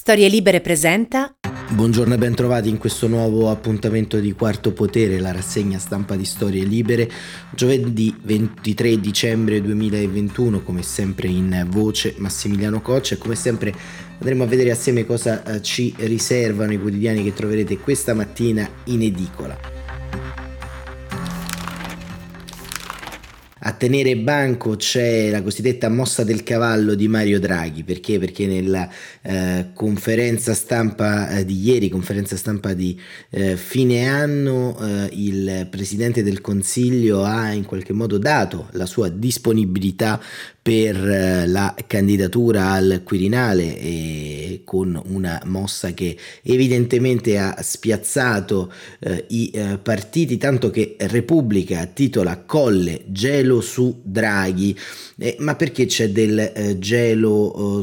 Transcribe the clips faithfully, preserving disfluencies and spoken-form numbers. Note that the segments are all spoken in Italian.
Storie Libere presenta. Buongiorno e bentrovati in questo nuovo appuntamento di Quarto Potere, la rassegna stampa di Storie Libere, giovedì ventitré dicembre duemilaventuno, come sempre in voce Massimiliano Coccia, e come sempre andremo a vedere assieme cosa eh, ci riservano i quotidiani che troverete questa mattina in edicola. A tenere banco c'è la cosiddetta mossa del cavallo di Mario Draghi. Perché? Perché nella eh, conferenza stampa eh, di ieri, conferenza stampa di eh, fine anno, eh, il Presidente del Consiglio ha in qualche modo dato la sua disponibilità per eh, la candidatura al Quirinale, e con una mossa che evidentemente ha spiazzato eh, i eh, partiti, tanto che Repubblica titola "Colle, gelo su Draghi". Eh, ma perché c'è del eh, gelo eh,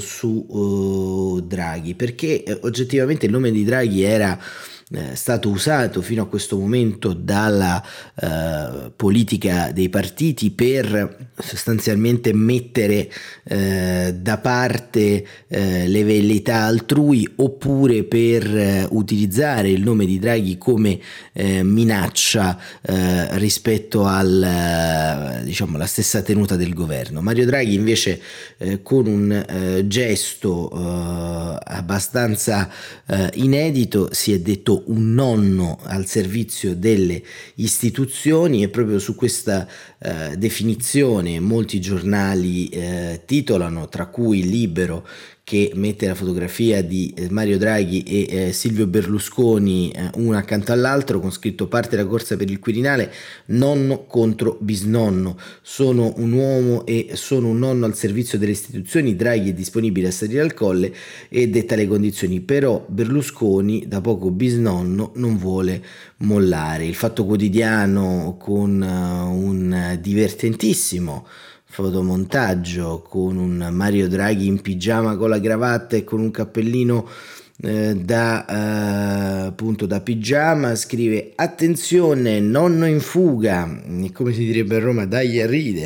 su eh, Draghi? Perché eh, oggettivamente il nome di Draghi era eh, stato usato fino a questo momento dalla eh, politica dei partiti per sostanzialmente mettere eh, da parte eh, le velleità altrui, oppure per eh, utilizzare il nome di Draghi come eh, minaccia eh, rispetto al eh, diciamo la stessa tenuta del governo. Mario Draghi invece eh, con un eh, gesto eh, abbastanza eh, inedito si è detto un nonno al servizio delle istituzioni, e proprio su questa eh, definizione molti giornali eh, titolano, tra cui Libero, che mette la fotografia di Mario Draghi e eh, Silvio Berlusconi eh, uno accanto all'altro, con scritto: "Parte la corsa per il Quirinale, nonno contro bisnonno. Sono un uomo e sono un nonno al servizio delle istituzioni. Draghi è disponibile a salire al Colle e detta le condizioni, però Berlusconi, da poco bisnonno, non vuole mollare". Il Fatto Quotidiano con uh, un divertentissimo fotomontaggio con un Mario Draghi in pigiama con la cravatta e con un cappellino eh, da eh, appunto da pigiama, scrive: "Attenzione, nonno in fuga", e come si direbbe a Roma, dai a ride.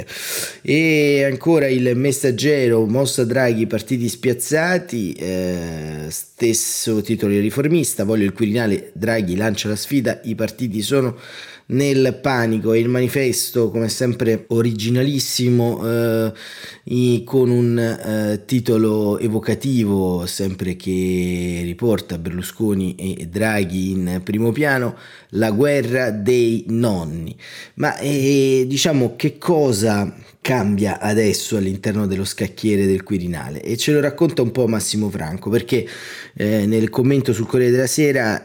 E ancora Il Messaggero: "Mossa Draghi, partiti spiazzati", eh, stesso titolo Il Riformista: "Voglio il Quirinale, Draghi lancia la sfida, i partiti sono nel panico". E Il Manifesto, come sempre originalissimo, eh, i, con un eh, titolo evocativo, sempre che riporta Berlusconi e Draghi in primo piano: "La guerra dei nonni". Ma eh, diciamo che cosa cambia adesso all'interno dello scacchiere del Quirinale? E ce lo racconta un po' Massimo Franco, perché eh, nel commento sul Corriere della Sera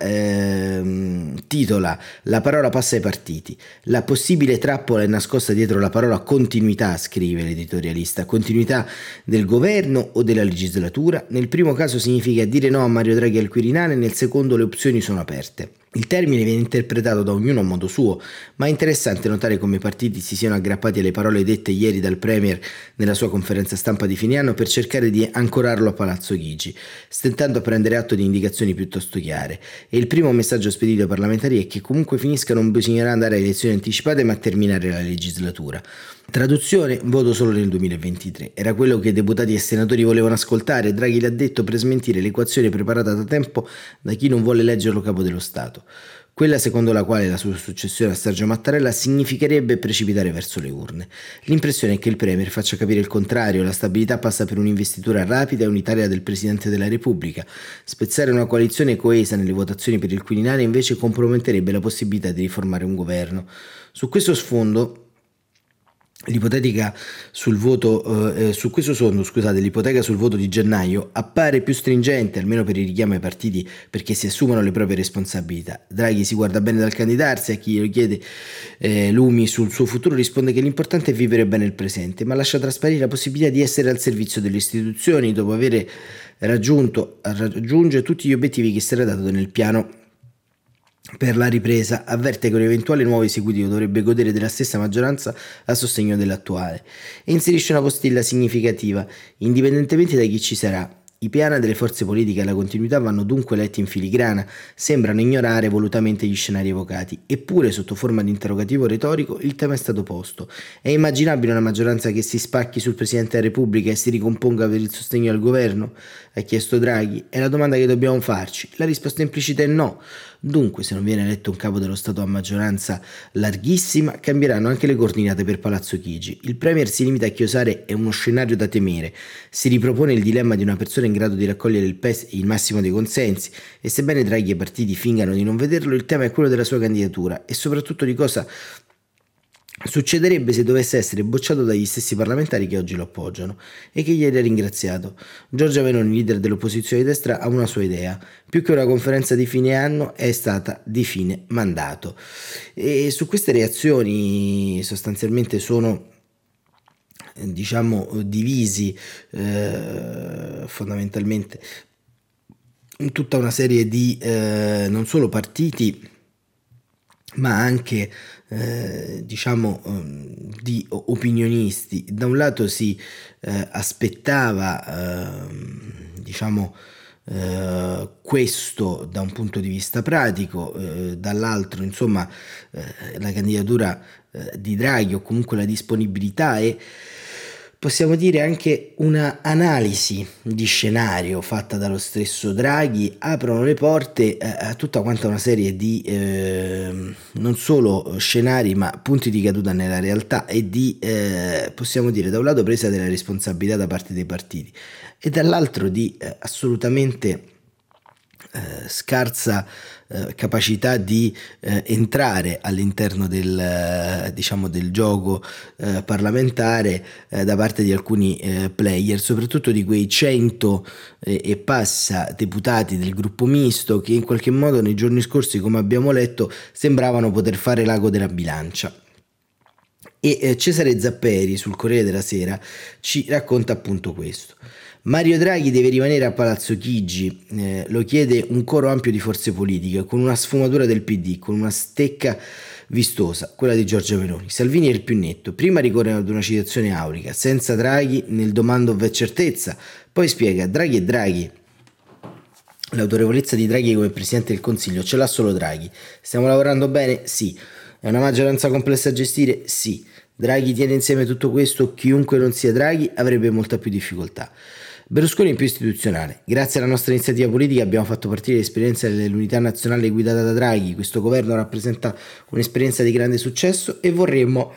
eh, titola: "La parola passa ai partiti. La possibile trappola è nascosta dietro la parola continuità", scrive l'editorialista. Continuità del governo o della legislatura? Nel primo caso significa dire no a Mario Draghi al Quirinale, nel secondo le opzioni sono aperte. Il termine viene interpretato da ognuno a modo suo, ma è interessante notare come i partiti si siano aggrappati alle parole dette ieri dal Premier nella sua conferenza stampa di fine anno per cercare di ancorarlo a Palazzo Chigi, stentando a prendere atto di indicazioni piuttosto chiare. E il primo messaggio spedito ai parlamentari è che comunque finisca non bisognerà andare a elezioni anticipate, ma terminare la legislatura. Traduzione: voto solo nel duemilaventitré. Era quello che deputati e senatori volevano ascoltare. Draghi l'ha detto per smentire l'equazione preparata da tempo da chi non vuole leggerlo Capo dello Stato, quella secondo la quale la sua successione a Sergio Mattarella significherebbe precipitare verso le urne. L'impressione è che il Premier faccia capire il contrario: la stabilità passa per un'investitura rapida e unitaria del Presidente della Repubblica. Spezzare una coalizione coesa nelle votazioni per il Quirinale invece comprometterebbe la possibilità di riformare un governo. Su questo sfondo L'ipotetica sul voto, eh, su questo sfondo, scusate, l'ipoteca sul voto di gennaio appare più stringente, almeno per il richiamo ai partiti, perché si assumono le proprie responsabilità. Draghi si guarda bene dal candidarsi, a chi lo chiede eh, lumi sul suo futuro risponde che l'importante è vivere bene il presente, ma lascia trasparire la possibilità di essere al servizio delle istituzioni dopo aver raggiunto raggiunge tutti gli obiettivi che si era dato nel piano per la ripresa. Avverte che un eventuale nuovo esecutivo dovrebbe godere della stessa maggioranza a sostegno dell'attuale, e inserisce una postilla significativa: indipendentemente da chi ci sarà, I piani delle forze politiche alla continuità vanno dunque letti in filigrana, sembrano ignorare volutamente gli scenari evocati, eppure sotto forma di interrogativo retorico il tema è stato posto. È immaginabile una maggioranza che si spacchi sul Presidente della Repubblica e si ricomponga per il sostegno al governo? Ha chiesto Draghi. È la domanda che dobbiamo farci. La risposta implicita è no. Dunque, se non viene eletto un capo dello Stato a maggioranza larghissima, cambieranno anche le coordinate per Palazzo Chigi. Il Premier si limita a chiosare è uno scenario da temere. Si ripropone il dilemma di una persona in grado di raccogliere il, pes- il massimo dei consensi e sebbene Draghi e i partiti fingano di non vederlo, il tema è quello della sua candidatura e soprattutto di cosa succederebbe se dovesse essere bocciato dagli stessi parlamentari che oggi lo appoggiano e che ieri ha ringraziato. Giorgia Meloni, leader dell'opposizione di destra, ha una sua idea. Più che una conferenza di fine anno è stata di fine mandato. E su queste reazioni sostanzialmente sono diciamo divisi eh, fondamentalmente in tutta una serie di eh, non solo partiti ma anche eh, diciamo eh, di opinionisti. Da un lato si eh, aspettava eh, diciamo eh, questo da un punto di vista pratico, eh, dall'altro insomma eh, la candidatura eh, di Draghi o comunque la disponibilità e possiamo dire anche una analisi di scenario fatta dallo stesso Draghi aprono le porte a tutta quanta una serie di eh, non solo scenari ma punti di caduta nella realtà e di eh, possiamo dire da un lato presa della responsabilità da parte dei partiti e dall'altro di eh, assolutamente Eh, scarsa eh, capacità di eh, entrare all'interno del, eh, diciamo del gioco eh, parlamentare eh, da parte di alcuni eh, player, soprattutto di quei cento eh, e passa deputati del gruppo misto che in qualche modo nei giorni scorsi, come abbiamo letto, sembravano poter fare l'ago della bilancia. E eh, Cesare Zapperi sul Corriere della Sera ci racconta appunto questo. Mario Draghi deve rimanere a Palazzo Chigi, eh, lo chiede un coro ampio di forze politiche, con una sfumatura del P D, con una stecca vistosa, quella di Giorgia Meloni. Salvini è il più netto, prima ricorre ad una citazione aulica, senza Draghi nel domando v'è certezza, poi spiega Draghi è Draghi. L'autorevolezza di Draghi come Presidente del Consiglio ce l'ha solo Draghi. Stiamo lavorando bene? Sì. È una maggioranza complessa da gestire? Sì. Draghi tiene insieme tutto questo, chiunque non sia Draghi avrebbe molta più difficoltà. Berlusconi è più istituzionale. Grazie alla nostra iniziativa politica abbiamo fatto partire l'esperienza dell'unità nazionale guidata da Draghi. Questo governo rappresenta un'esperienza di grande successo e vorremmo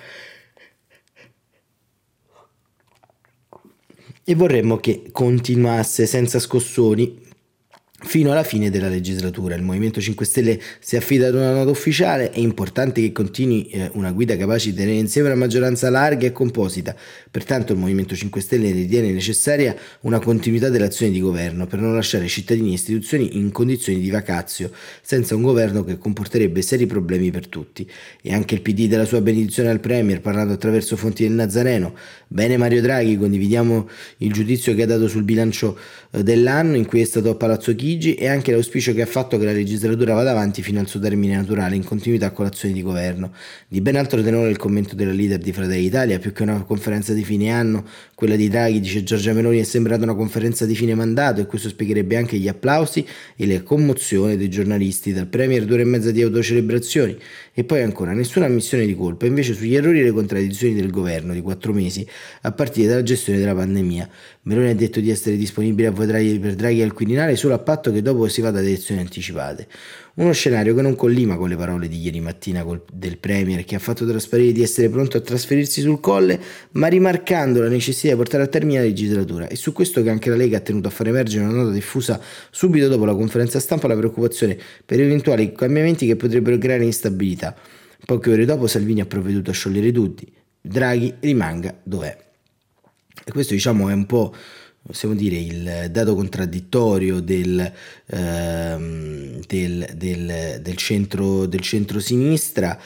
e vorremmo che continuasse senza scossoni fino alla fine della legislatura. Il Movimento cinque Stelle si affida ad una nota ufficiale, è importante che continui eh, una guida capace di tenere insieme una maggioranza larga e composita, pertanto il Movimento cinque Stelle ritiene necessaria una continuità dell'azione di governo per non lasciare cittadini e istituzioni in condizioni di vacazio, senza un governo che comporterebbe seri problemi per tutti. E anche il P D della sua benedizione al Premier, parlando attraverso fonti del Nazareno. Bene Mario Draghi, condividiamo il giudizio che ha dato sul bilancio eh, dell'anno in cui è stato a Palazzo Chigi e anche l'auspicio che ha fatto che la legislatura vada avanti fino al suo termine naturale in continuità con l'azione di governo. Di ben altro tenore il commento della leader di Fratelli d'Italia, più che una conferenza di fine anno, quella di Draghi, dice Giorgia Meloni, è sembrata una conferenza di fine mandato e questo spiegherebbe anche gli applausi e le commozioni dei giornalisti, dal Premier due ore e mezza di autocelebrazioni e poi ancora nessuna ammissione di colpa, invece sugli errori e le contraddizioni del governo di quattro mesi a partire dalla gestione della pandemia. Meloni ha detto di essere disponibile a votare per Draghi al Quirinale solo a patto che dopo si vada ad elezioni anticipate. Uno scenario che non collima con le parole di ieri mattina col, del Premier, che ha fatto trasparire di essere pronto a trasferirsi sul Colle, ma rimarcando la necessità di portare a termine la legislatura. E su questo che anche la Lega ha tenuto a far emergere una nota diffusa subito dopo la conferenza stampa la preoccupazione per eventuali cambiamenti che potrebbero creare instabilità. Poche ore dopo Salvini ha provveduto a sciogliere tutti. Draghi rimanga dov'è. E questo diciamo è un po', possiamo dire, il dato contraddittorio del, ehm, del, del, del centro del centro-sinistra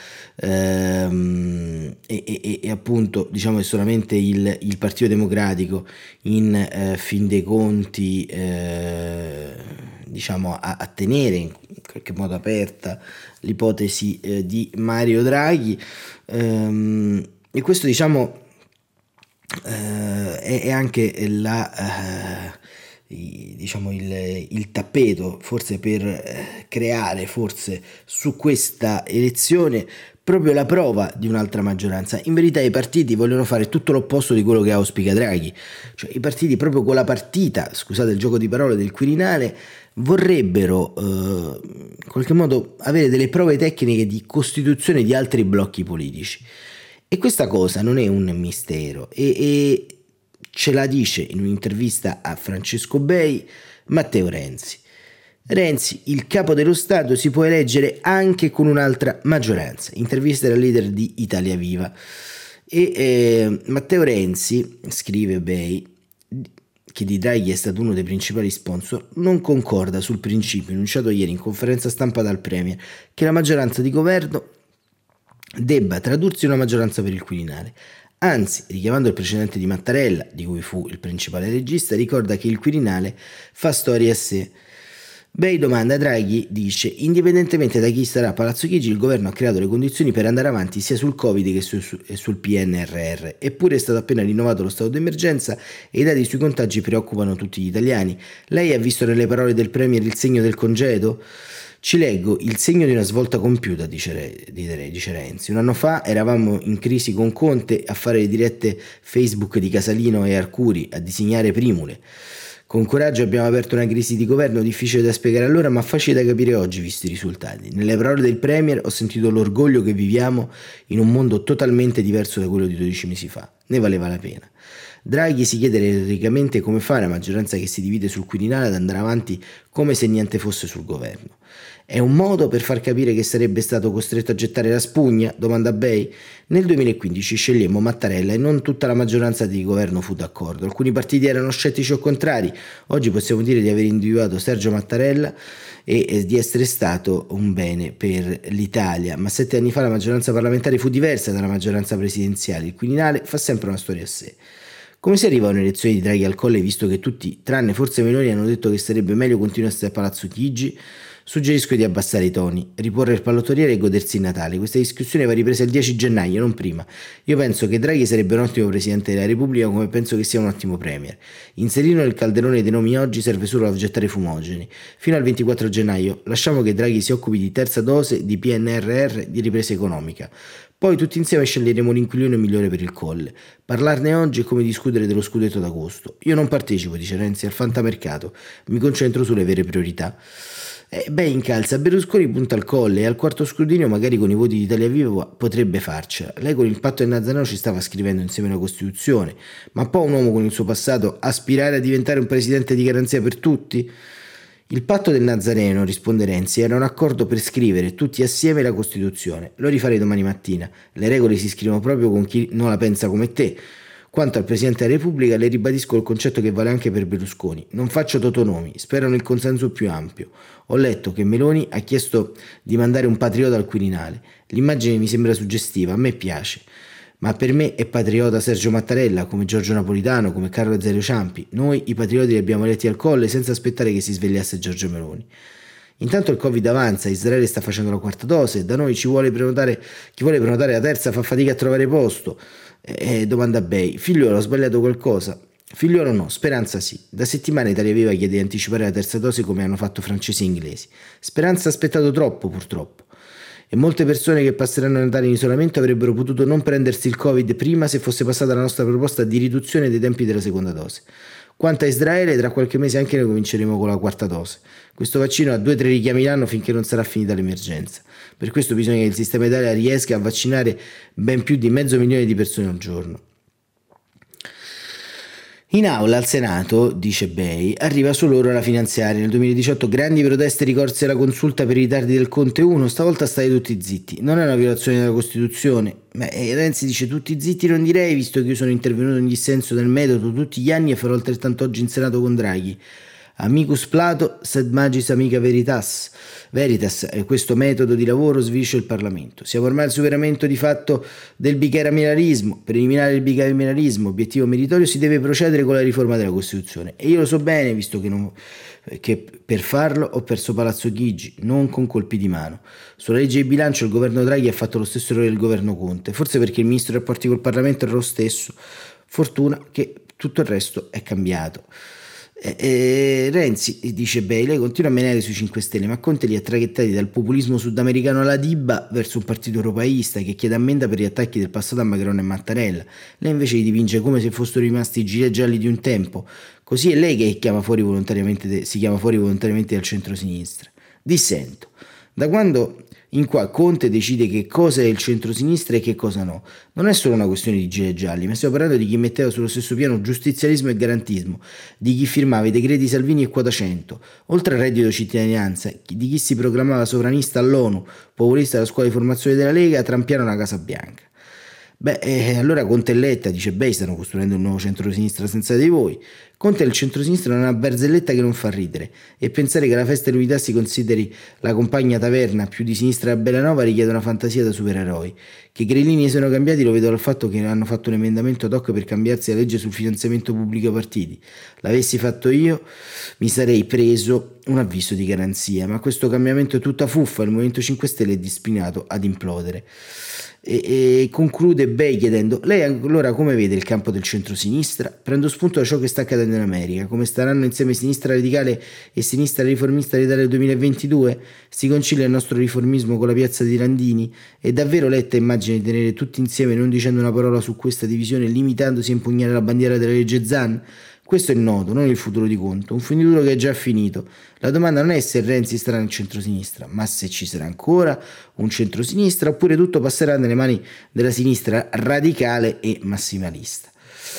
ehm, e, e, e appunto diciamo che solamente il, il Partito Democratico in eh, fin dei conti eh, diciamo a, a tenere in qualche modo aperta l'ipotesi eh, di Mario Draghi ehm, e questo diciamo Uh, è, è anche la, uh, i- diciamo il, il tappeto forse per eh, creare forse su questa elezione proprio la prova di un'altra maggioranza. In verità i partiti vogliono fare tutto l'opposto di quello che auspica Draghi, cioè i partiti proprio con la partita, scusate il gioco di parole, del Quirinale vorrebbero eh, in qualche modo avere delle prove tecniche di costituzione di altri blocchi politici. E questa cosa non è un mistero e, e ce la dice in un'intervista a Francesco Bei Matteo Renzi. Renzi, il capo dello Stato, si può eleggere anche con un'altra maggioranza. Intervista al leader di Italia Viva. E eh, Matteo Renzi, scrive Bei, che di Draghi è stato uno dei principali sponsor, non concorda sul principio enunciato ieri in conferenza stampa dal Premier che la maggioranza di governo debba tradursi in una maggioranza per il Quirinale. Anzi, richiamando il precedente di Mattarella, di cui fu il principale regista, ricorda che il Quirinale fa storia a sé. Bei domanda a Draghi, dice: indipendentemente da chi starà a Palazzo Chigi, il governo ha creato le condizioni per andare avanti sia sul Covid che su, su, sul P N R R. Eppure è stato appena rinnovato lo stato d'emergenza e i dati sui contagi preoccupano tutti gli italiani. Lei ha visto nelle parole del Premier il segno del congedo? Ci leggo il segno di una svolta compiuta, dice, dice Renzi. Un anno fa eravamo in crisi con Conte a fare le dirette Facebook di Casalino e Arcuri, a disegnare primule. Con coraggio abbiamo aperto una crisi di governo difficile da spiegare allora, ma facile da capire oggi visti i risultati. Nelle parole del Premier ho sentito l'orgoglio che viviamo in un mondo totalmente diverso da quello di dodici mesi fa. Ne valeva la pena. Draghi si chiede retoricamente come fa una maggioranza che si divide sul Quirinale ad andare avanti come se niente fosse sul governo. È un modo per far capire che sarebbe stato costretto a gettare la spugna? Domanda Bei. Nel duemilaquindici scegliemmo Mattarella e non tutta la maggioranza di governo fu d'accordo. Alcuni partiti erano scettici o contrari. Oggi possiamo dire di aver individuato Sergio Mattarella e di essere stato un bene per l'Italia. Ma sette anni fa la maggioranza parlamentare fu diversa dalla maggioranza presidenziale. Il Quirinale fa sempre una storia a sé. Come si arriva a un'elezione di Draghi al Colle visto che tutti, tranne forse Meloni, hanno detto che sarebbe meglio continuare a Palazzo Chigi? Suggerisco di abbassare i toni, riporre il pallottoliere e godersi il Natale. Questa discussione va ripresa il dieci gennaio, non prima. Io penso che Draghi sarebbe un ottimo Presidente della Repubblica, come penso che sia un ottimo Premier. Inserirlo nel calderone dei nomi oggi serve solo a gettare fumogeni. Fino al ventiquattro gennaio lasciamo che Draghi si occupi di terza dose, di P N R R, di ripresa economica. Poi tutti insieme sceglieremo l'inquilino migliore per il Colle. Parlarne oggi è come discutere dello scudetto d'agosto. Io non partecipo, dice Renzi, al fantamercato. Mi concentro sulle vere priorità. Eh, beh, incalza, Berlusconi punta al Colle e al quarto scrutinio, magari con i voti di Italia Viva, potrebbe farcela. Lei con il patto del Nazareno ci stava scrivendo insieme la Costituzione, ma può un uomo con il suo passato aspirare a diventare un presidente di garanzia per tutti? Il patto del Nazareno, risponde Renzi, era un accordo per scrivere tutti assieme la Costituzione. Lo rifarei domani mattina. Le regole si scrivono proprio con chi non la pensa come te. Quanto al Presidente della Repubblica, le ribadisco il concetto che vale anche per Berlusconi. Non faccio totonomi, spero nel consenso più ampio. Ho letto che Meloni ha chiesto di mandare un patriota al Quirinale. L'immagine mi sembra suggestiva, a me piace. Ma per me è patriota Sergio Mattarella, come Giorgio Napolitano, come Carlo Azeglio Ciampi. Noi i patrioti li abbiamo eletti al Colle senza aspettare che si svegliasse Giorgio Meloni. Intanto il Covid avanza, Israele sta facendo la quarta dose, da noi ci vuole prenotare, chi vuole prenotare la terza fa fatica a trovare posto. Eh, domanda Bei, figliolo, ho sbagliato qualcosa? Figliolo no, Speranza sì. Da settimane Italia Viva chiede di anticipare la terza dose come hanno fatto francesi e inglesi. Speranza ha aspettato troppo, purtroppo. E molte persone che passeranno Natale in isolamento avrebbero potuto non prendersi il Covid prima se fosse passata la nostra proposta di riduzione dei tempi della seconda dose. Quanto a Israele, tra qualche mese anche noi cominceremo con la quarta dose. Questo vaccino ha due o tre richiami l'anno finché non sarà finita l'emergenza. Per questo bisogna che il sistema Italia riesca a vaccinare ben più di mezzo milione di persone al giorno. In aula al Senato, dice Bei, arriva solo ora la finanziaria. Nel duemiladiciotto grandi proteste, ricorsi alla consulta per i ritardi del Conte uno, stavolta state tutti zitti. Non è una violazione della Costituzione. Beh, Renzi dice tutti zitti non direi, visto che io sono intervenuto in dissenso del metodo tutti gli anni e farò altrettanto oggi in Senato con Draghi. Amicus Plato, sed magis amica veritas. Veritas, è questo metodo di lavoro sviscia il Parlamento. Siamo ormai al superamento di fatto del bicameralismo. Per eliminare il bicameralismo, obiettivo meritorio, si deve procedere con la riforma della Costituzione. E io lo so bene, visto che, non, che per farlo ho perso Palazzo Chigi, non con colpi di mano. Sulla legge di bilancio il governo Draghi ha fatto lo stesso errore del governo Conte, forse perché il ministro dei rapporti col Parlamento era lo stesso. Fortuna che tutto il resto è cambiato. E, e Renzi dice: beh, lei continua a menare sui cinque Stelle, ma Conte li ha traghettati dal populismo sudamericano alla Diba verso un partito europeista che chiede ammenda per gli attacchi del passato a Macron e Mattarella. Lei invece li dipinge come se fossero rimasti i gilet gialli di un tempo. Così è lei che chiama fuori volontariamente de- si chiama fuori volontariamente dal centro-sinistra. Dissento. Da quando in qua Conte decide che cosa è il centro-sinistra e che cosa no. Non è solo una questione di gilet gialli, ma stiamo parlando di chi metteva sullo stesso piano giustizialismo e garantismo, di chi firmava i decreti Salvini e quota cento, oltre al reddito cittadinanza, di chi si proclamava sovranista all'ONU, populista alla scuola di formazione della Lega, trampiano una Casa Bianca. Beh, eh, allora Conte e Letta dice: beh, stanno costruendo un nuovo centro-sinistra senza di voi. Conte e il centro-sinistra è una barzelletta che non fa ridere, e pensare che la festa dell'unità si consideri la compagna taverna più di sinistra a Bellanova richiede una fantasia da supereroi. Che i grillini siano cambiati lo vedo dal fatto che hanno fatto un emendamento ad hoc per cambiarsi la legge sul finanziamento pubblico ai partiti. L'avessi fatto io mi sarei preso un avviso di garanzia, ma questo cambiamento è tutta fuffa, il Movimento cinque Stelle è destinato ad implodere. E, e conclude Bei chiedendo: lei allora come vede il campo del centro-sinistra? Prendo spunto da ciò che sta accadendo in America. Come staranno insieme sinistra radicale e sinistra riformista d'Italia del duemilaventidue? Si concilia il nostro riformismo con la piazza di Landini? È davvero Letta immagina di tenere tutti insieme non dicendo una parola su questa divisione, limitandosi a impugnare la bandiera della legge Zan? Questo è il nodo, non il futuro di Conte, un futuro che è già finito. La domanda non è se Renzi starà nel centrosinistra, ma se ci sarà ancora un centrosinistra oppure tutto passerà nelle mani della sinistra radicale e massimalista.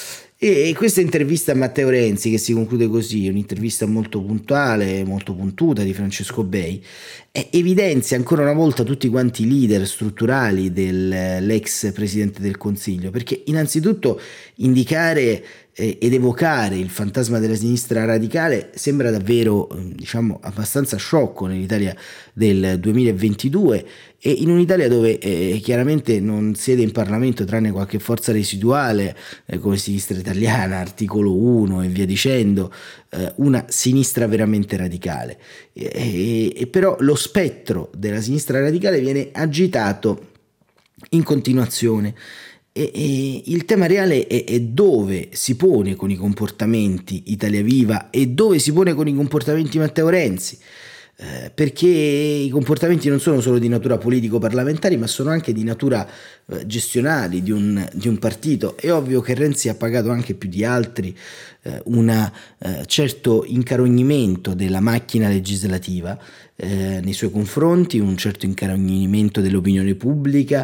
E questa intervista a Matteo Renzi, che si conclude così, un'intervista molto puntuale, molto puntuta di Francesco Bei, evidenzia ancora una volta tutti quanti i leader strutturali dell'ex Presidente del Consiglio, perché innanzitutto indicare ed evocare il fantasma della sinistra radicale sembra davvero, diciamo, abbastanza sciocco nell'Italia del duemilaventidue e in un'Italia dove eh, chiaramente non siede in Parlamento tranne qualche forza residuale eh, come Sinistra Italiana, Articolo uno e via dicendo, eh, una sinistra veramente radicale. E, e, e però lo spettro della sinistra radicale viene agitato in continuazione. E, e il tema reale è, è dove si pone con i comportamenti Italia Viva e dove si pone con i comportamenti Matteo Renzi, eh, perché i comportamenti non sono solo di natura politico-parlamentari ma sono anche di natura eh, gestionali di un, di un partito. È ovvio che Renzi ha pagato anche più di altri eh, un eh, certo incarognimento della macchina legislativa eh, nei suoi confronti, un certo incarognimento dell'opinione pubblica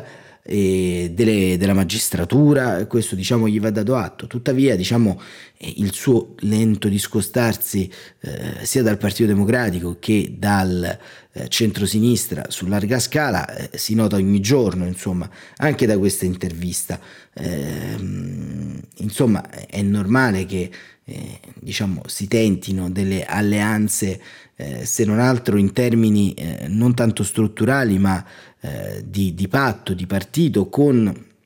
e delle, della magistratura. Questo diciamo gli va dato atto. Tuttavia diciamo il suo lento discostarsi eh, sia dal Partito Democratico che dal eh, centrosinistra su larga scala eh, si nota ogni giorno, insomma, anche da questa intervista. Eh, insomma è normale che eh, diciamo si tentino delle alleanze eh, se non altro in termini eh, non tanto strutturali ma eh, di, di patto, di partito, con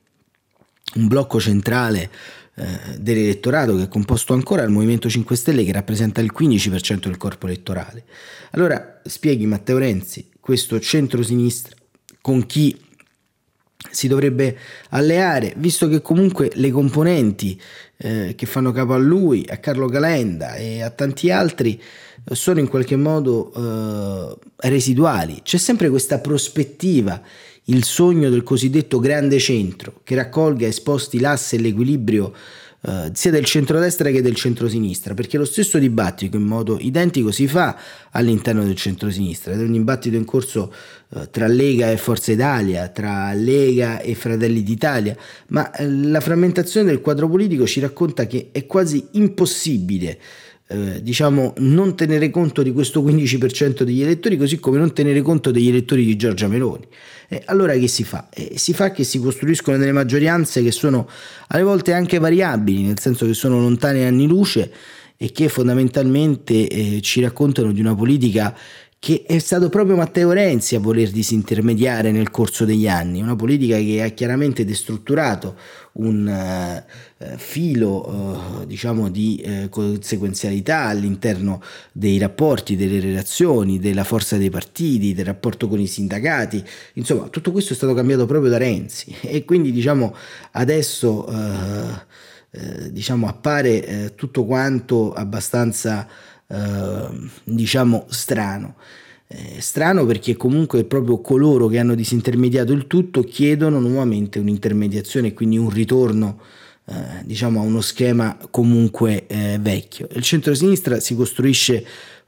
un blocco centrale eh, dell'elettorato che è composto ancora dal Movimento cinque Stelle, che rappresenta il quindici per cento del corpo elettorale. Allora spieghi Matteo Renzi questo centro-sinistra con chi si dovrebbe alleare, visto che comunque le componenti eh, che fanno capo a lui, a Carlo Calenda e a tanti altri sono in qualche modo eh, residuali. C'è sempre questa prospettiva, il sogno del cosiddetto grande centro che raccolga e sposti l'asse e l'equilibrio eh, sia del centrodestra che del centrosinistra, perché lo stesso dibattito in modo identico si fa all'interno del centrosinistra. Ed è un dibattito in corso eh, tra Lega e Forza Italia, tra Lega e Fratelli d'Italia, ma eh, la frammentazione del quadro politico ci racconta che è quasi impossibile Eh, diciamo non tenere conto di questo quindici per cento degli elettori, così come non tenere conto degli elettori di Giorgia Meloni. Eh, allora che si fa? Eh, si fa che si costruiscono delle maggioranze che sono alle volte anche variabili, nel senso che sono lontane anni luce e che fondamentalmente eh, ci raccontano di una politica che è stato proprio Matteo Renzi a voler disintermediare nel corso degli anni, una politica che ha chiaramente destrutturato un uh, filo uh, diciamo di uh, conseguenzialità all'interno dei rapporti, delle relazioni, della forza dei partiti, del rapporto con i sindacati. Insomma, tutto questo è stato cambiato proprio da Renzi e quindi diciamo adesso uh, eh, diciamo appare eh, tutto quanto abbastanza eh, diciamo strano. Eh, strano perché comunque proprio coloro che hanno disintermediato il tutto chiedono nuovamente un'intermediazione e quindi un ritorno eh, diciamo a uno schema comunque eh, vecchio. Il centrosinistra si costruisce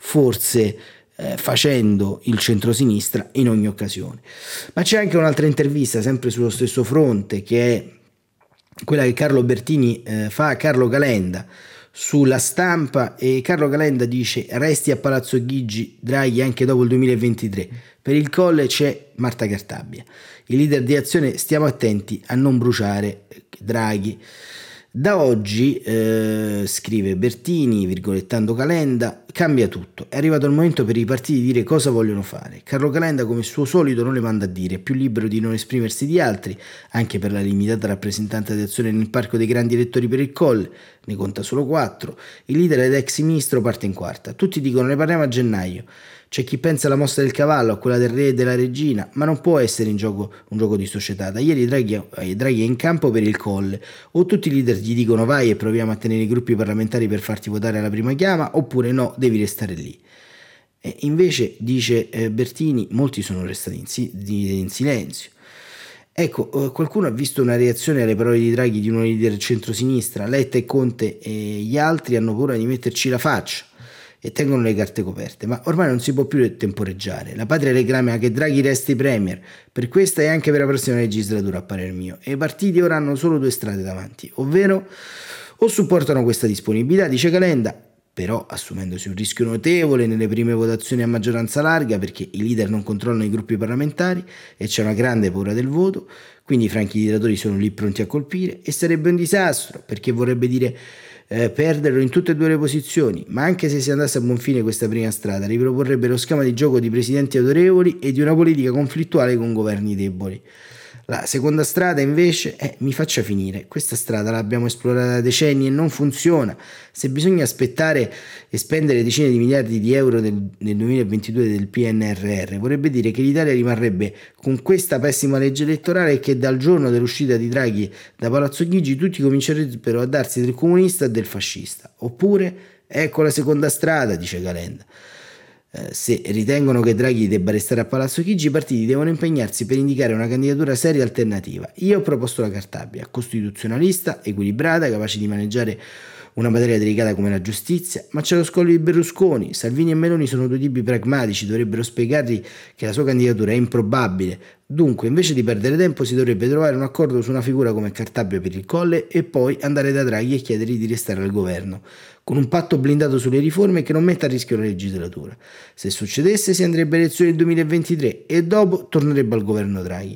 forse eh, facendo il centrosinistra in ogni occasione. Ma c'è anche un'altra intervista sempre sullo stesso fronte, che è quella che Carlo Bertini eh, fa a Carlo Calenda sulla Stampa, e Carlo Calenda dice: resti a Palazzo Chigi Draghi anche dopo il duemilaventitré, per il Colle c'è Marta Cartabia, i leader di Azione stiamo attenti a non bruciare Draghi. Da oggi, eh, scrive Bertini, virgolettando Calenda, cambia tutto, è arrivato il momento per i partiti di dire cosa vogliono fare. Carlo Calenda, come suo solito, non le manda a dire, è più libero di non esprimersi di altri, anche per la limitata rappresentanza di Azione nel parco dei grandi elettori per il Colle, ne conta solo quattro. Il leader ed ex ministro parte in quarta, tutti dicono ne parliamo a gennaio. C'è chi pensa alla mossa del cavallo, a quella del re e della regina, ma non può essere in gioco un gioco di società. Da ieri Draghi, eh, Draghi è in campo per il Colle, o tutti i leader gli dicono vai e proviamo a tenere i gruppi parlamentari per farti votare alla prima chiama, oppure no, devi restare lì. E invece, dice eh, Bertini, molti sono restati in, si- di, in silenzio. Ecco, eh, qualcuno ha visto una reazione alle parole di Draghi di uno leader centrosinistra. Letta e Conte e gli altri hanno paura di metterci la faccia e tengono le carte coperte, ma ormai non si può più temporeggiare. La patria reclama che Draghi resti premier, per questa e anche per la prossima legislatura, a parer mio, e i partiti ora hanno solo due strade davanti, ovvero o supportano questa disponibilità, dice Calenda, però assumendosi un rischio notevole nelle prime votazioni a maggioranza larga, perché i leader non controllano i gruppi parlamentari e c'è una grande paura del voto, quindi i franchi tiratori sono lì pronti a colpire, e sarebbe un disastro, perché vorrebbe dire Eh, perderlo in tutte e due le posizioni, ma anche se si andasse a buon fine questa prima strada riproporrebbe lo schema di gioco di presidenti autorevoli e di una politica conflittuale con governi deboli. La seconda strada invece, eh, mi faccia finire, questa strada l'abbiamo esplorata da decenni e non funziona. Se bisogna aspettare e spendere decine di miliardi di euro nel, nel duemilaventidue del P N R R, vorrebbe dire che l'Italia rimarrebbe con questa pessima legge elettorale e che dal giorno dell'uscita di Draghi da Palazzo Chigi tutti comincerebbero a darsi del comunista e del fascista. Oppure, ecco la seconda strada, dice Calenda. Eh, se ritengono che Draghi debba restare a Palazzo Chigi, i partiti devono impegnarsi per indicare una candidatura seria e alternativa. Io ho proposto la Cartabia, costituzionalista, equilibrata, capace di maneggiare una materia delicata come la giustizia, ma c'è lo scoglio di Berlusconi. Salvini e Meloni sono due tipi pragmatici, dovrebbero spiegargli che la sua candidatura è improbabile. Dunque, invece di perdere tempo, si dovrebbe trovare un accordo su una figura come Cartabia per il Colle e poi andare da Draghi e chiedergli di restare al governo, con un patto blindato sulle riforme che non metta a rischio la legislatura. Se succedesse, si andrebbe alle elezioni del duemilaventitré e dopo tornerebbe al governo Draghi.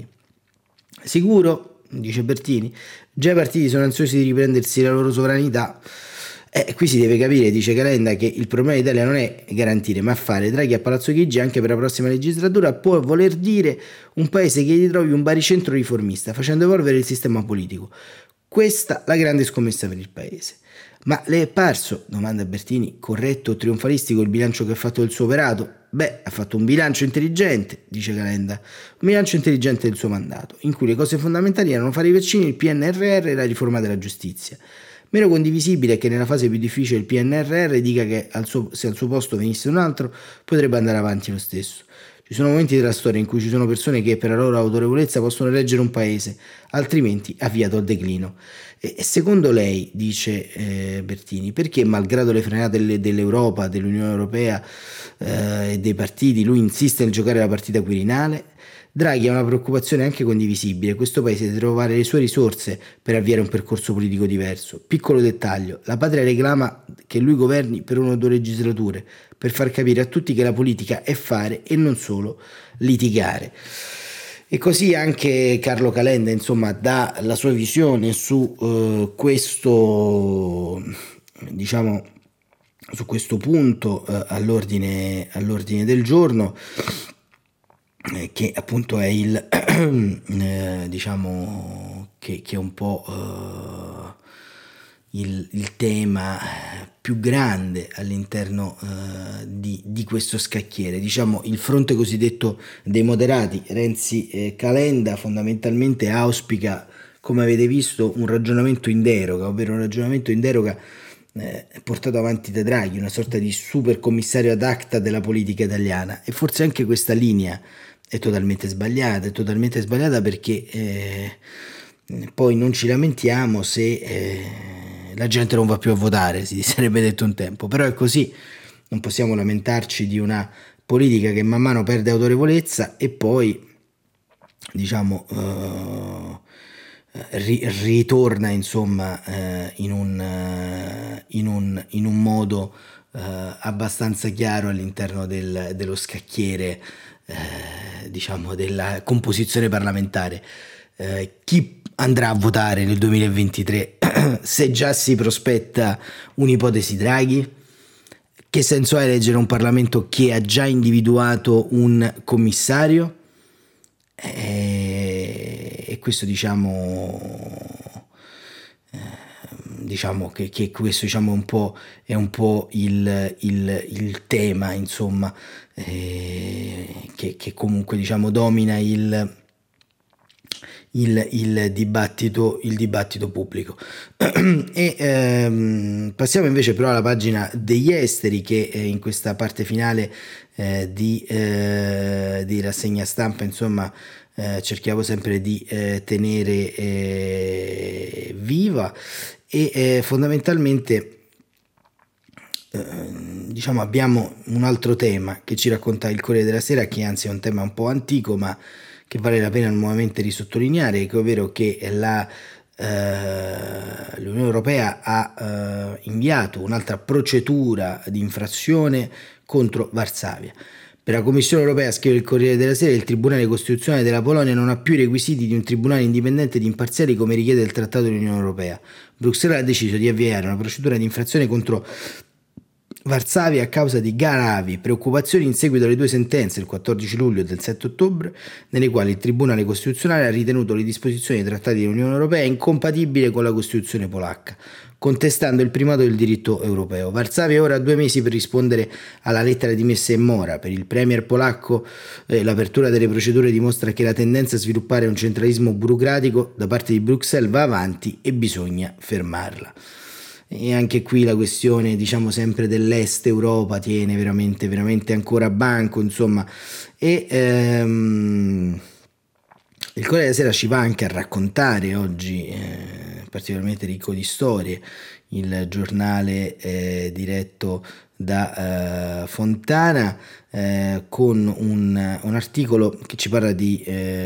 Sicuro? Dice Bertini. Già i partiti sono ansiosi di riprendersi la loro sovranità. Eh, qui si deve capire, dice Calenda, che il problema d'Italia non è garantire, ma fare. Draghi a Palazzo Chigi anche per la prossima legislatura può voler dire un paese che gli trovi un baricentro riformista, facendo evolvere il sistema politico. Questa la grande scommessa per il paese. Ma le è parso, domanda Bertini, corretto o trionfalistico il bilancio che ha fatto del suo operato? Beh, ha fatto un bilancio intelligente, dice Calenda, un bilancio intelligente del suo mandato, in cui le cose fondamentali erano fare i vaccini, il P N R R e la riforma della giustizia. Meno condivisibile è che nella fase più difficile il P N R R dica che al suo, se al suo posto venisse un altro potrebbe andare avanti lo stesso. Ci sono momenti della storia in cui ci sono persone che per la loro autorevolezza possono reggere un paese, altrimenti avviato al declino. E secondo lei, dice eh, Bertini, perché malgrado le frenate delle, dell'Europa, dell'Unione Europea eh, e dei partiti, lui insiste nel giocare la partita quirinale? Draghi ha una preoccupazione anche condivisibile: questo paese deve trovare le sue risorse per avviare un percorso politico diverso. Piccolo dettaglio: la patria reclama che lui governi per una o due legislature, per far capire a tutti che la politica è fare e non solo litigare. E così anche Carlo Calenda, insomma, dà la sua visione su eh, questo, diciamo, su questo punto eh, all'ordine, all'ordine del giorno, eh, che appunto è il eh, diciamo che, che è un po' eh, il, il tema più grande all'interno eh, di, di questo scacchiere, diciamo il fronte cosiddetto dei moderati. Renzi eh, Calenda fondamentalmente auspica come avete visto, un ragionamento in deroga, ovvero un ragionamento in deroga eh, portato avanti da Draghi, una sorta di super commissario ad acta della politica italiana. E forse anche questa linea è totalmente sbagliata, è totalmente sbagliata perché eh, poi non ci lamentiamo se eh, la gente non va più a votare, si sarebbe detto un tempo, però è così, non possiamo lamentarci di una politica che man mano perde autorevolezza e poi diciamo uh, ri- ritorna insomma uh, in, un, uh, in, un, in un modo uh, abbastanza chiaro all'interno del, dello scacchiere uh, diciamo della composizione parlamentare. Uh, chi andrà a votare nel duemilaventitré se già si prospetta un'ipotesi Draghi? Che senso ha eleggere un Parlamento che ha già individuato un commissario? E, e questo diciamo eh, diciamo che, che questo diciamo un po' è un po' il, il, il tema insomma eh, che, che comunque diciamo domina il Il, il, dibattito, il dibattito pubblico. E ehm, passiamo invece però alla pagina degli esteri, che eh, in questa parte finale eh, di, eh, di rassegna stampa insomma eh, cerchiamo sempre di eh, tenere eh, viva e eh, fondamentalmente eh, diciamo abbiamo un altro tema che ci racconta il Corriere della Sera, che anzi è un tema un po' antico ma che vale la pena nuovamente risottolineare, ovvero che la, eh, l'Unione Europea ha eh, inviato un'altra procedura di infrazione contro Varsavia. Per la Commissione Europea, scrive il Corriere della Sera, il Tribunale Costituzionale della Polonia non ha più i requisiti di un tribunale indipendente ed imparziale come richiede il Trattato dell'Unione Europea. Bruxelles ha deciso di avviare una procedura di infrazione contro Varsavia a causa di gravi preoccupazioni in seguito alle due sentenze del quattordici luglio e del sette ottobre, nelle quali il Tribunale Costituzionale ha ritenuto le disposizioni dei trattati dell'Unione Europea incompatibili con la Costituzione polacca, contestando il primato del diritto europeo. Varsavia ora ha due mesi per rispondere alla lettera di messa in mora. Per il premier polacco eh, l'apertura delle procedure dimostra che la tendenza a sviluppare un centralismo burocratico da parte di Bruxelles va avanti e bisogna fermarla. E anche qui la questione diciamo sempre dell'est Europa tiene veramente veramente ancora banco insomma e ehm, il Corriere della Sera ci va anche a raccontare oggi eh, particolarmente ricco di storie il giornale eh, diretto da eh, Fontana eh, con un, un articolo che ci parla di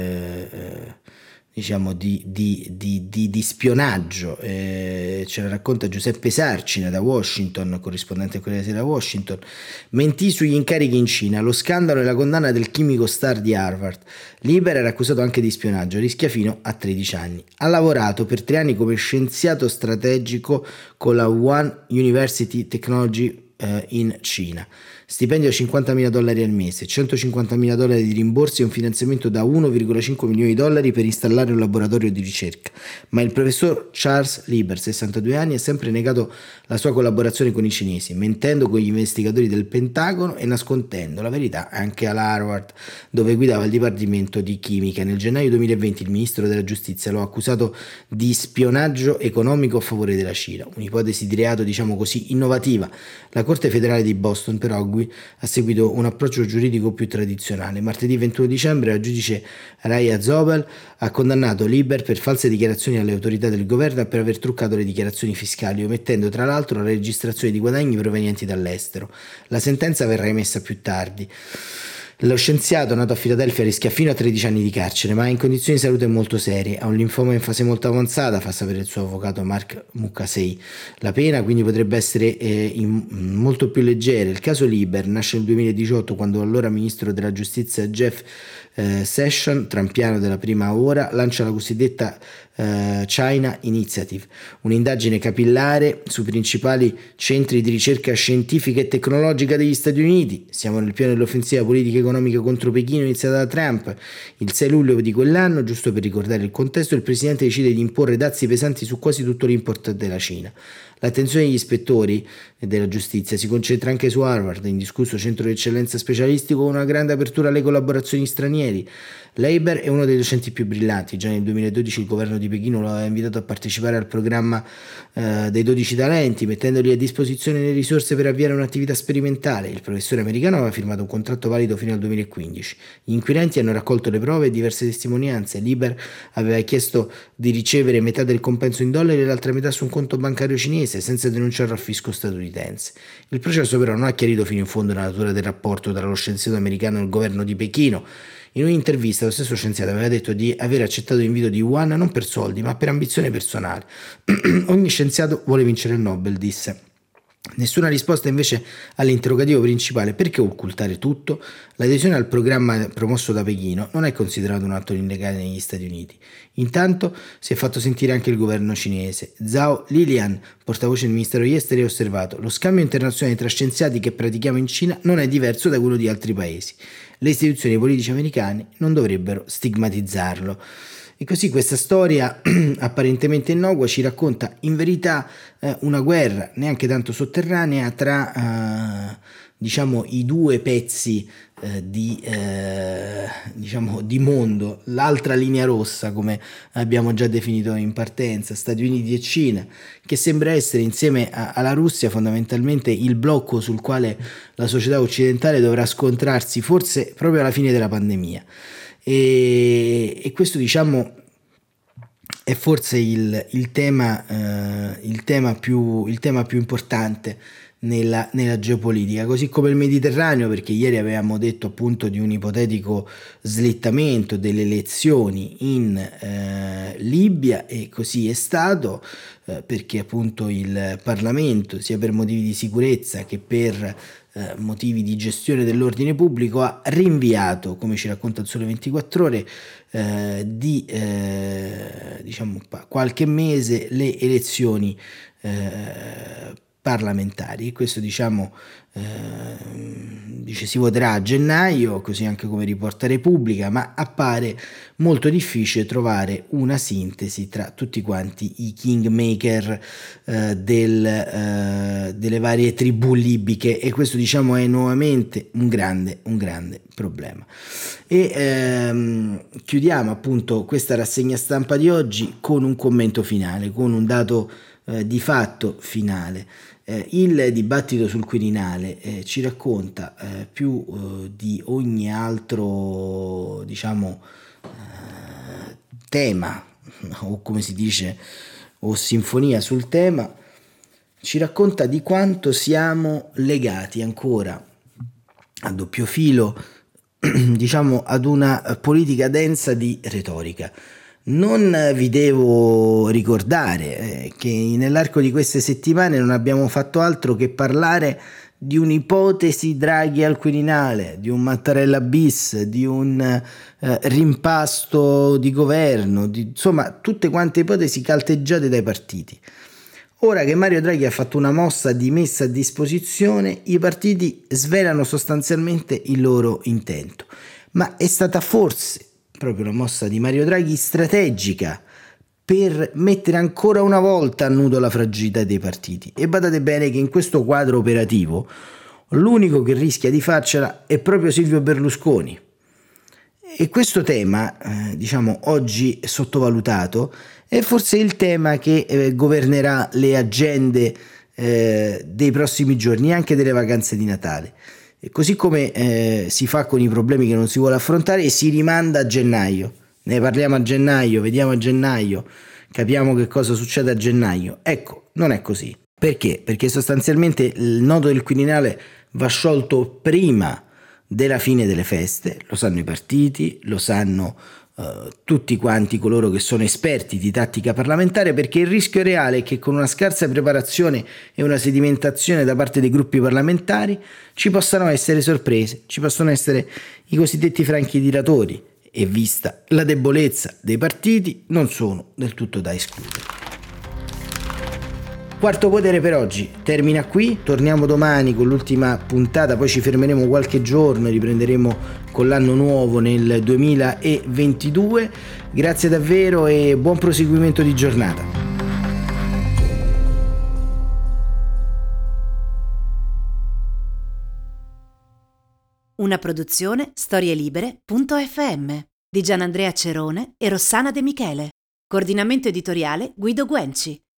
eh, diciamo di, di, di, di, di spionaggio, eh, ce la racconta Giuseppe Sarcina da Washington, corrispondente a quella da Washington. Mentì sugli incarichi in Cina, lo scandalo e la condanna del chimico star di Harvard. Lieber era accusato anche di spionaggio, rischia fino a tredici anni. Ha lavorato per tre anni come scienziato strategico con la One University Technology eh, in Cina. Stipendio cinquantamila dollari al mese, centocinquantamila dollari di rimborsi e un finanziamento da uno virgola cinque milioni di dollari per installare un laboratorio di ricerca. Ma il professor Charles Lieber, sessantadue anni, ha sempre negato la sua collaborazione con i cinesi, mentendo con gli investigatori del Pentagono e nascondendo la verità anche alla Harvard, dove guidava il Dipartimento di Chimica. Nel gennaio duemilaventi il ministro della Giustizia lo ha accusato di spionaggio economico a favore della Cina, un'ipotesi di reato diciamo così innovativa. La Corte federale di Boston però ha seguito un approccio giuridico più tradizionale. Martedì ventuno dicembre la giudice Raya Zobel ha condannato Lieber per false dichiarazioni alle autorità del governo e per aver truccato le dichiarazioni fiscali, omettendo tra l'altro la registrazione di guadagni provenienti dall'estero. La sentenza verrà emessa più tardi. Lo scienziato nato a Filadelfia rischia fino a tredici anni di carcere, ma è in condizioni di salute molto serie. Ha un linfoma in fase molto avanzata, fa sapere il suo avvocato Mark Mukasey. La pena quindi potrebbe essere eh, in, molto più leggera. Il caso Lieber nasce nel duemiladiciotto quando l'allora ministro della giustizia Jeff eh, Sessions, trampiano della prima ora, lancia la cosiddetta Uh, China Initiative, un'indagine capillare sui principali centri di ricerca scientifica e tecnologica degli Stati Uniti. Siamo nel pieno dell'offensiva politica economica contro Pechino iniziata da Trump il sei luglio di quell'anno. Giusto per ricordare il contesto, il presidente decide di imporre dazi pesanti su quasi tutto l'import della Cina. L'attenzione degli ispettori e della giustizia si concentra anche su Harvard, indiscusso centro di eccellenza specialistico con una grande apertura alle collaborazioni stranieri. Leiber è uno dei docenti più brillanti. Già nel duemiladodici il governo di Pechino lo aveva invitato a partecipare al programma eh, dei dodici talenti, mettendogli a disposizione le risorse per avviare un'attività sperimentale. Il professore americano aveva firmato un contratto valido fino al duemilaquindici. Gli inquirenti hanno raccolto le prove e diverse testimonianze. Leiber aveva chiesto di ricevere metà del compenso in dollari e l'altra metà su un conto bancario cinese, senza denunciarlo al fisco statunitense. Il processo però non ha chiarito fino in fondo la natura del rapporto tra lo scienziato americano e il governo di Pechino. In un'intervista lo stesso scienziato aveva detto di aver accettato l'invito di Yuan non per soldi ma per ambizione personale. Ogni scienziato vuole vincere il Nobel, disse. Nessuna risposta invece all'interrogativo principale: perché occultare tutto? L'adesione al programma promosso da Pechino non è considerato un atto illegale negli Stati Uniti. Intanto si è fatto sentire anche il governo cinese. Zhao Lilian, portavoce del Ministero degli Esteri, ha osservato: lo scambio internazionale tra scienziati che pratichiamo in Cina non è diverso da quello di altri paesi. Le istituzioni politiche americane non dovrebbero stigmatizzarlo. E così questa storia apparentemente innocua ci racconta in verità eh, una guerra neanche tanto sotterranea tra eh, diciamo i due pezzi eh, di, eh, diciamo, di mondo, l'altra linea rossa, come abbiamo già definito in partenza, Stati Uniti e Cina, che sembra essere insieme a, alla Russia fondamentalmente il blocco sul quale la società occidentale dovrà scontrarsi forse proprio alla fine della pandemia. E, e questo diciamo è forse il, il, tema, eh, il, tema più, il tema più importante nella, nella geopolitica, così come il Mediterraneo, perché ieri avevamo detto appunto di un ipotetico slittamento delle elezioni in eh, Libia, e così è stato, eh, perché appunto il Parlamento, sia per motivi di sicurezza che per Eh, motivi di gestione dell'ordine pubblico, ha rinviato, come ci racconta il Sole ventiquattro Ore, eh, di eh, diciamo qualche mese le elezioni eh, parlamentari. E questo diciamo eh, dice si voterà a gennaio, così anche come riporta Repubblica, ma appare molto difficile trovare una sintesi tra tutti quanti i kingmaker eh, del, eh, delle varie tribù libiche, e questo diciamo è nuovamente un grande, un grande problema. E ehm, chiudiamo appunto questa rassegna stampa di oggi con un commento finale, con un dato eh, di fatto finale. Eh, il dibattito sul Quirinale eh, ci racconta eh, più eh, di ogni altro diciamo eh, tema, o come si dice, o sinfonia sul tema, ci racconta di quanto siamo legati ancora a doppio filo diciamo ad una politica densa di retorica. Non vi devo ricordare eh, che nell'arco di queste settimane non abbiamo fatto altro che parlare di un'ipotesi Draghi al Quirinale, di un Mattarella bis, di un eh, rimpasto di governo, di, insomma tutte quante ipotesi calteggiate dai partiti. Ora che Mario Draghi ha fatto una mossa di messa a disposizione, i partiti svelano sostanzialmente il loro intento. Ma è stata forse proprio la mossa di Mario Draghi strategica per mettere ancora una volta a nudo la fragilità dei partiti. E badate bene che in questo quadro operativo l'unico che rischia di farcela è proprio Silvio Berlusconi. E questo tema, eh, diciamo oggi sottovalutato, è forse il tema che eh, governerà le agende eh, dei prossimi giorni, anche delle vacanze di Natale. E così come eh, si fa con i problemi che non si vuole affrontare, si rimanda a gennaio. Ne parliamo a gennaio, vediamo a gennaio, capiamo che cosa succede a gennaio. Ecco, non è così. Perché? Perché sostanzialmente il nodo del Quirinale va sciolto prima della fine delle feste, lo sanno i partiti, lo sanno Uh, tutti quanti coloro che sono esperti di tattica parlamentare, perché il rischio reale è che con una scarsa preparazione e una sedimentazione da parte dei gruppi parlamentari ci possano essere sorprese, ci possono essere i cosiddetti franchi tiratori, e vista la debolezza dei partiti non sono del tutto da escludere. Quarto Potere per oggi termina qui, torniamo domani con l'ultima puntata, poi ci fermeremo qualche giorno e riprenderemo con l'anno nuovo nel duemilaventidue. Grazie davvero e buon proseguimento di giornata. Una produzione storielibere punto effe emme di Gianandrea Cerone e Rossana De Michele. Coordinamento editoriale Guido Guenci.